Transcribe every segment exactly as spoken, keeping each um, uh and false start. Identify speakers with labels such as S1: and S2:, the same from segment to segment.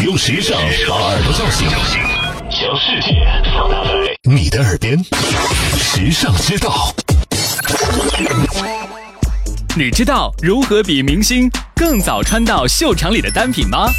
S1: 用时尚把耳朵叫醒，将世界放大在你的耳边。时尚之道，
S2: 你知道如何比明星更早穿到秀场里的单品吗？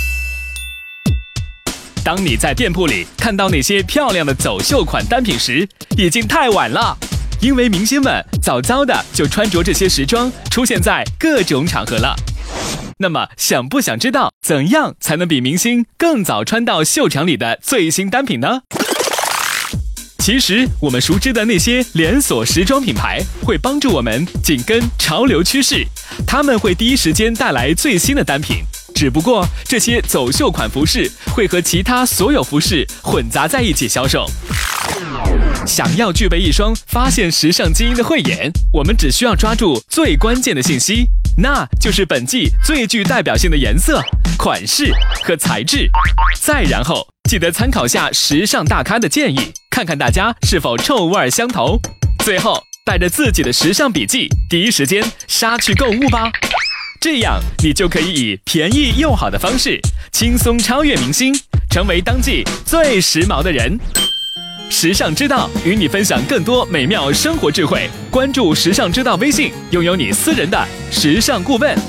S2: 当你在店铺里看到那些漂亮的走秀款单品时，已经太晚了，因为明星们早早的就穿着这些时装出现在各种场合了。那么想不想知道怎样才能比明星更早穿到秀场里的最新单品呢？其实我们熟知的那些连锁时装品牌会帮助我们紧跟潮流趋势，他们会第一时间带来最新的单品，只不过这些走秀款服饰会和其他所有服饰混杂在一起销售。想要具备一双发现时尚基因的慧眼，我们只需要抓住最关键的信息，那就是本季最具代表性的颜色、款式和材质。再然后记得参考下时尚大咖的建议，看看大家是否臭味相投。最后带着自己的时尚笔记，第一时间杀去购物吧。这样你就可以以便宜又好的方式轻松超越明星，成为当季最时髦的人。时尚之道与你分享更多美妙生活智慧，关注时尚之道微信，拥有你私人的时尚顾问。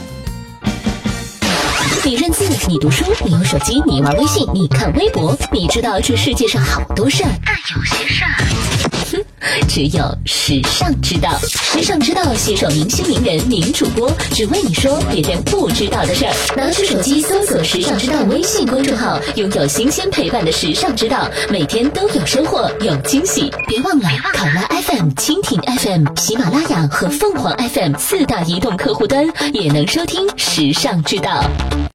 S3: 你认字，你读书，你用手机，你玩微信，你看微博，你知道这世界上好多事儿，但有些事儿哼，只有时尚知道。时尚知道携手明星名人名主播，只为你说别人不知道的事儿。拿出手机搜索时尚知道微信公众号，拥有新鲜陪伴的时尚知道，每天都有收获，有惊喜。别忘了考拉 F M、蜻蜓 F M、喜马拉雅和凤凰 F M 四大移动客户端也能收听时尚知道。